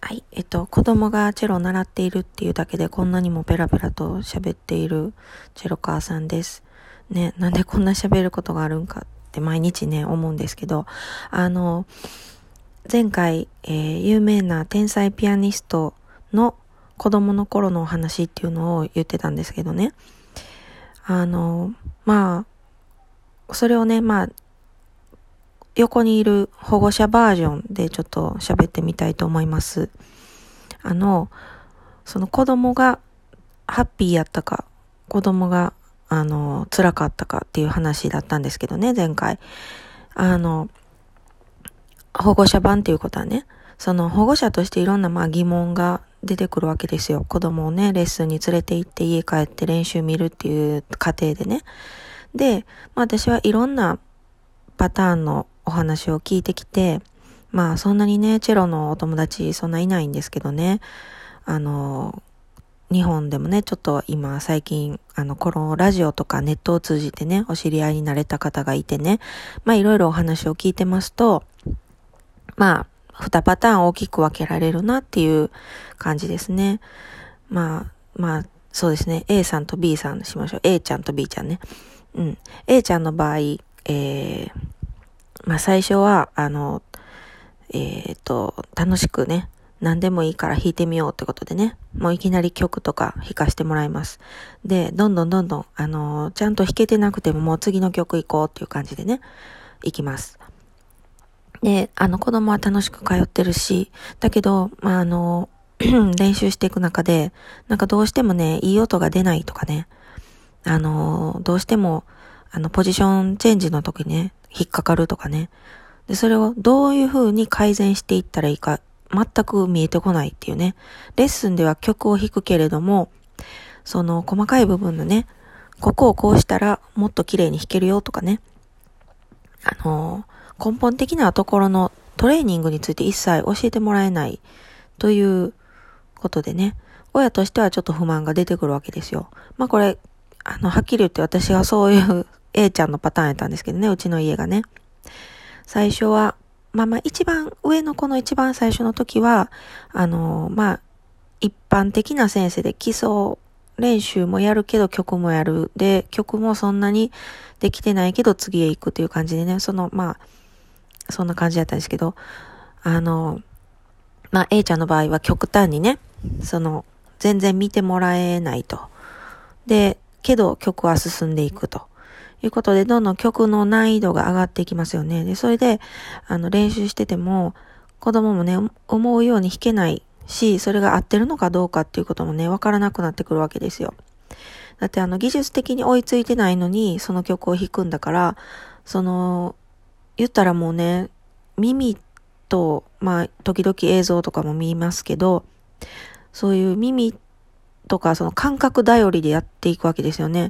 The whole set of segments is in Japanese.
はい。子供がチェロを習っているっていうだけでこんなにもペラペラと喋っているチェロ母さんです。ね、なんでこんな喋ることがあるんかって毎日ね、思うんですけど、前回、有名な天才ピアニストの子供の頃のお話っていうのを言ってたんですけどね。まあ、それをね、横にいる保護者バージョンでちょっと喋ってみたいと思います。その子供がハッピーやったか、子供が、辛かったかっていう話だったんですけどね、前回。保護者版っていうことはね、その保護者としていろんな疑問が出てくるわけですよ。子供をね、レッスンに連れて行って家帰って練習見るっていう過程でね。で、私はいろんなパターンのお話を聞いてきて、そんなにね、チェロのお友達そんないないんですけどね、日本でもね、ちょっと今最近、このラジオとかネットを通じてね、お知り合いになれた方がいてね、いろいろお話を聞いてますと、2パターン大きく分けられるなっていう感じですね。そうですね、A さんと B さんしましょう。A ちゃんと B ちゃんね。A ちゃんの場合、最初は、楽しくね、何でもいいから弾いてみようってことでね、もういきなり曲とか弾かしてもらいます。で、どんどん、ちゃんと弾けてなくてももう次の曲行こうっていう感じでね、行きます。で、子供は楽しく通ってるし、だけど、練習していく中で、どうしてもね、いい音が出ないとかね、どうしても、ポジションチェンジの時ね、引っかかるとかね。で、それをどういう風に改善していったらいいか、全く見えてこないっていうね。レッスンでは曲を弾くけれども、その細かい部分のね、ここをこうしたらもっと綺麗に弾けるよとかね。根本的なところのトレーニングについて一切教えてもらえないということでね、親としてはちょっと不満が出てくるわけですよ。これ、はっきり言って私はそういう A ちゃんのパターンやったんですけどね、うちの家がね。最初は、一番上の子の一番最初の時は、一般的な先生で基礎練習もやるけど曲もやる。で、曲もそんなにできてないけど次へ行くという感じでね、そんな感じだったんですけど、A ちゃんの場合は極端にね、全然見てもらえないと。で、けど曲は進んでいくと。いうことで、どんどん曲の難易度が上がっていきますよね。で、それで、練習してても、子供もね、思うように弾けないし、それが合ってるのかどうかっていうこともね、わからなくなってくるわけですよ。だって技術的に追いついてないのに、その曲を弾くんだから、言ったらもうね、耳と、時々映像とかも見ますけど、そういう耳とか、その感覚頼りでやっていくわけですよね。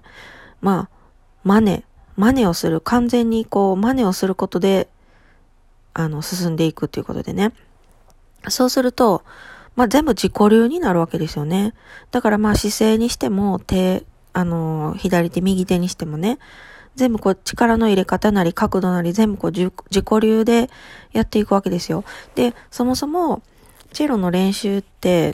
真似をする。完全に真似をすることで、進んでいくっていうことでね。そうすると、全部自己流になるわけですよね。だから姿勢にしても、左手、右手にしてもね、全部力の入れ方なり角度なり全部自己流でやっていくわけですよ。で、そもそも、チェロの練習って、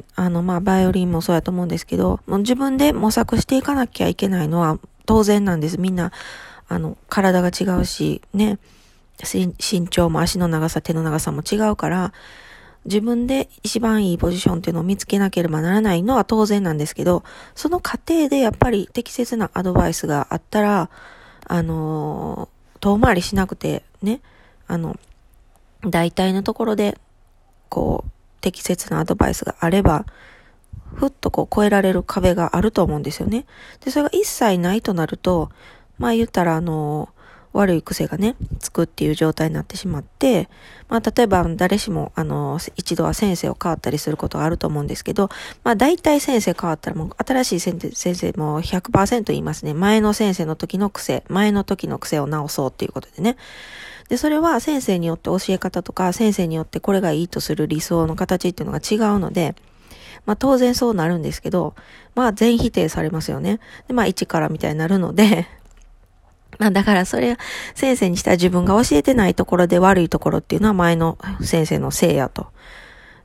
バイオリンもそうやと思うんですけど、もう自分で模索していかなきゃいけないのは当然なんです。みんな、体が違うし、ね、身長も足の長さ、手の長さも違うから、自分で一番いいポジションっていうのを見つけなければならないのは当然なんですけど、その過程でやっぱり適切なアドバイスがあったら、遠回りしなくてね、大体のところで、適切なアドバイスがあれば、ふっと越えられる壁があると思うんですよね。で、それが一切ないとなると、言ったら悪い癖がね、つくっていう状態になってしまって、例えば誰しも一度は先生を変わったりすることがあると思うんですけど、大体先生変わったらもう新しい先生も 100% 言いますね。前の時の癖を直そうっていうことでね。で、それは先生によって教え方とか、先生によってこれがいいとする理想の形っていうのが違うので、当然そうなるんですけど、全否定されますよね。で、一からみたいになるので、だからそれ、先生にしたら自分が教えてないところで悪いところっていうのは前の先生のせいやと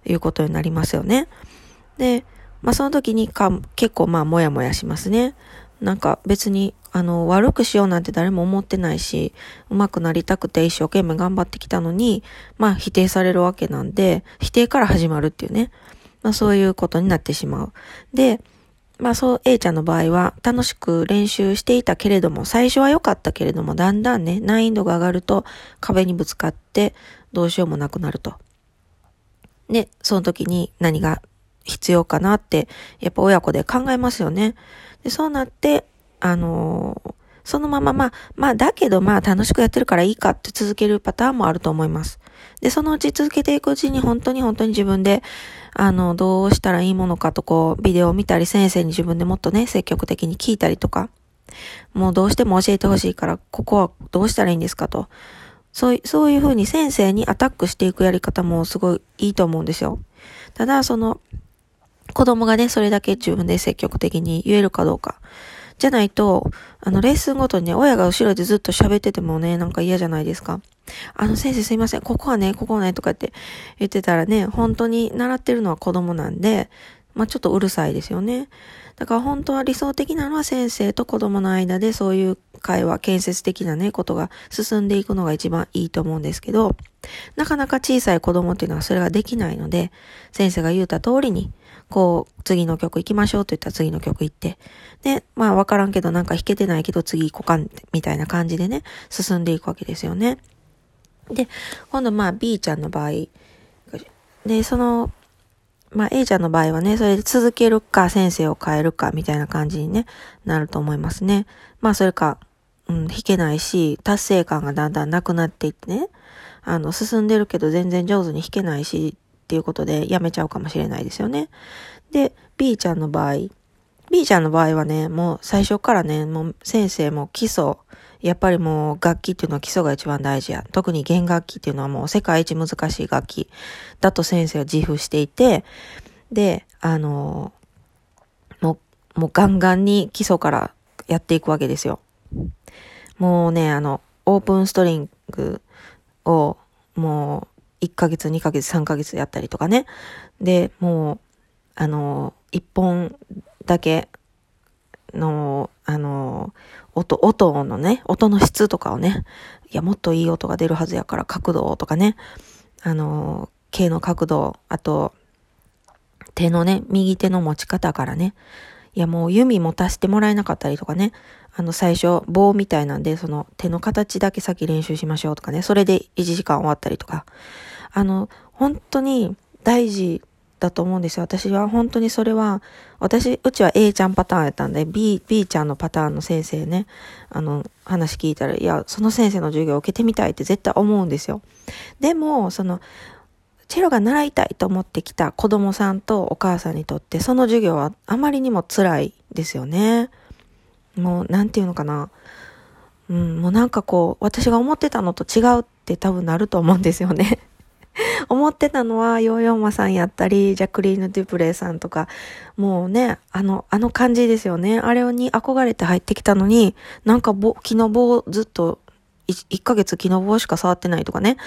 いうことになりますよね。で、その時に結構もやもやしますね。なんか別に、悪くしようなんて誰も思ってないし、上手くなりたくて一生懸命頑張ってきたのに、否定されるわけなんで、否定から始まるっていうね。そういうことになってしまう。で、A ちゃんの場合は楽しく練習していたけれども、最初は良かったけれども、だんだんね、難易度が上がると壁にぶつかってどうしようもなくなると。で、その時に何が必要かなって、やっぱ親子で考えますよね。で、そうなって、そのままだけど楽しくやってるからいいかって続けるパターンもあると思います。で、そのうち続けていくうちに本当に自分で、どうしたらいいものかとビデオを見たり、先生に自分でもっとね、積極的に聞いたりとか、もうどうしても教えてほしいから、ここはどうしたらいいんですかと。そういうふうに先生にアタックしていくやり方もすごいいいと思うんですよ。ただ、子供がね、それだけ自分で積極的に言えるかどうか。じゃないと、レッスンごとにね、親が後ろでずっと喋っててもね、なんか嫌じゃないですか。先生すいません、ここはねとかって言ってたらね、本当に習ってるのは子供なんで、ちょっとうるさいですよね。だから本当は理想的なのは先生と子供の間でそういう会話、建設的なね、ことが進んでいくのが一番いいと思うんですけど、なかなか小さい子供っていうのはそれができないので、先生が言った通りに、次の曲行きましょうと言ったら次の曲行って、で、わからんけどなんか弾けてないけど次行こうか、みたいな感じでね、進んでいくわけですよね。で、今度B ちゃんの場合、で、A ちゃんの場合はね、それで続けるか先生を変えるかみたいな感じにね、なると思いますね。それか、弾けないし、達成感がだんだんなくなっていってね、進んでるけど全然上手に弾けないし、っていうことでやめちゃうかもしれないですよね。で、B ちゃんの場合はね、もう最初からね、もう先生も基礎、やっぱりもう楽器っていうのは基礎が一番大事や。特に弦楽器っていうのはもう世界一難しい楽器だと先生は自負していて、で、もうガンガンに基礎からやっていくわけですよ。もうね、オープンストリングをもう1ヶ月、2ヶ月、3ヶ月やったりとかね。で、もう、1本だけの、音のね、音の質とかをね、いや、もっといい音が出るはずやから角度とかね、毛の角度、あと、手のね、右手の持ち方からね、いや、もう弓持たせてもらえなかったりとかね、最初、棒みたいなんで、その手の形だけ先練習しましょうとかね、それで1時間終わったりとか、本当に大事だと思うんですよ。私は本当にそれは、うちは A ちゃんパターンやったんで、B ちゃんのパターンの先生ね、話聞いたら、いや、その先生の授業を受けてみたいって絶対思うんですよ。でも、チェロが習いたいと思ってきた子供さんとお母さんにとって、その授業はあまりにも辛いですよね。もう、なんていうのかな。もうなんか私が思ってたのと違うって多分なると思うんですよね。思ってたのはヨーヨーマさんやったり、ジャクリーヌ・デュプレイさんとか、もうね、あの感じですよね。あれに憧れて入ってきたのに、なんか木の棒ずっと1ヶ月木の棒しか触ってないとかね。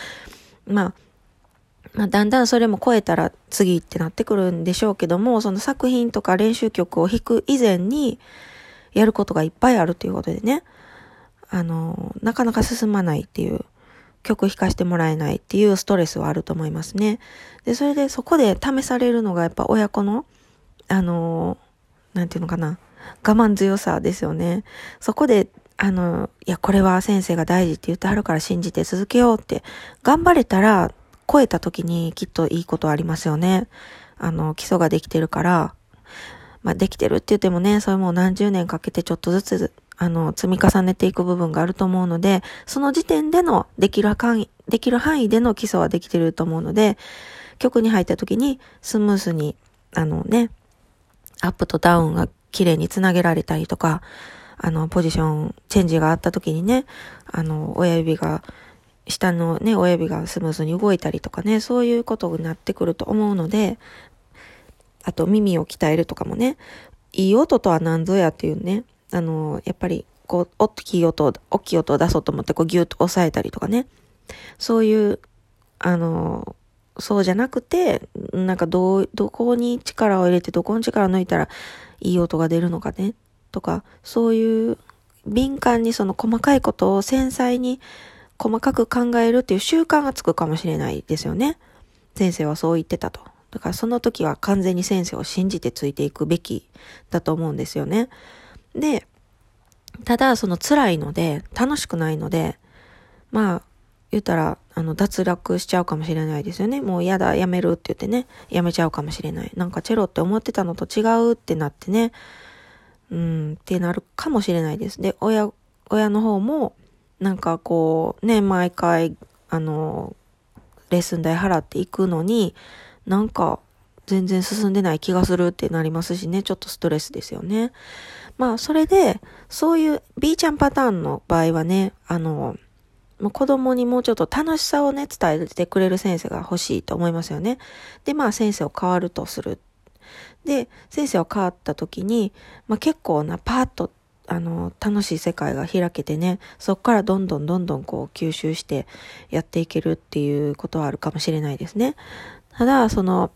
だんだんそれも超えたら次ってなってくるんでしょうけども、その作品とか練習曲を弾く以前にやることがいっぱいあるということでね、なかなか進まないっていう、曲弾かせてもらえないっていうストレスはあると思いますね。で、それでそこで試されるのがやっぱ親子の、なんていうのかな、我慢強さですよね。そこで、いや、これは先生が大事って言ってはるから信じて続けようって、頑張れたら、超えた時にきっといいことありますよね。基礎ができてるから、できてるって言ってもね、それも何十年かけてちょっとずつ、積み重ねていく部分があると思うので、その時点でのできる範囲での基礎はできてると思うので、曲に入った時にスムースに、アップとダウンが綺麗につなげられたりとか、ポジションチェンジがあった時にね、下のね、親指がスムーズに動いたりとかね、そういうことになってくると思うので、あと耳を鍛えるとかもね、いい音とは何ぞやっていうね、やっぱり大きい音を出そうと思ってギュッと押さえたりとかね、そういうそうじゃなくて、なんかどこに力を入れてどこに力を抜いたらいい音が出るのかね、とか、そういう敏感にその細かいことを繊細に細かく考えるっていう習慣がつくかもしれないですよね。先生はそう言ってたと。だからその時は完全に先生を信じてついていくべきだと思うんですよね。で、ただその辛いので、楽しくないので、まあ、言ったら、脱落しちゃうかもしれないですよね。もう嫌だ、やめるって言ってね、やめちゃうかもしれない。なんかチェロって思ってたのと違うってなってね、ってなるかもしれないです。で、親の方も、なんかこう、ね、毎回、レッスン代払っていくのに、なんか、全然進んでない気がするってなりますしね、ちょっとストレスですよね。まあ、それで、そういう B ちゃんパターンの場合はね、もう子供にもうちょっと楽しさをね、伝えてくれる先生が欲しいと思いますよね。で、まあ先生を変わるとする。で、先生を変わった時に、まあ結構なパーッと、楽しい世界が開けてね、そこからどんどんこう吸収してやっていけるっていうことはあるかもしれないですね。ただ、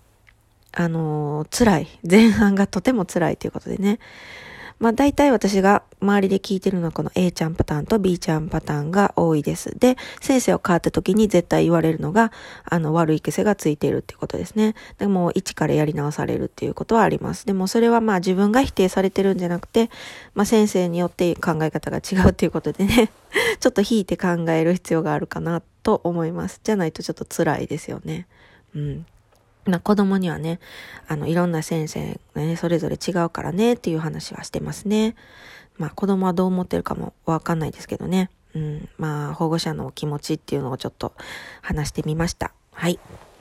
辛い。前半がとても辛いということでね。まあ大体私が周りで聞いてるのはこの A ちゃんパターンと B ちゃんパターンが多いです。で、先生を変わった時に絶対言われるのが、悪い癖がついているっていうことですね。でも一からやり直されるっていうことはあります。でもそれはまあ自分が否定されてるんじゃなくて、まあ先生によって考え方が違うっていうことでね、ちょっと引いて考える必要があるかなと思います。じゃないとちょっと辛いですよね。うん。まあ子供にはね、いろんな先生がね、それぞれ違うからねっていう話はしてますね。まあ子供はどう思ってるかもわかんないですけどね。まあ保護者の気持ちっていうのをちょっと話してみました。はい。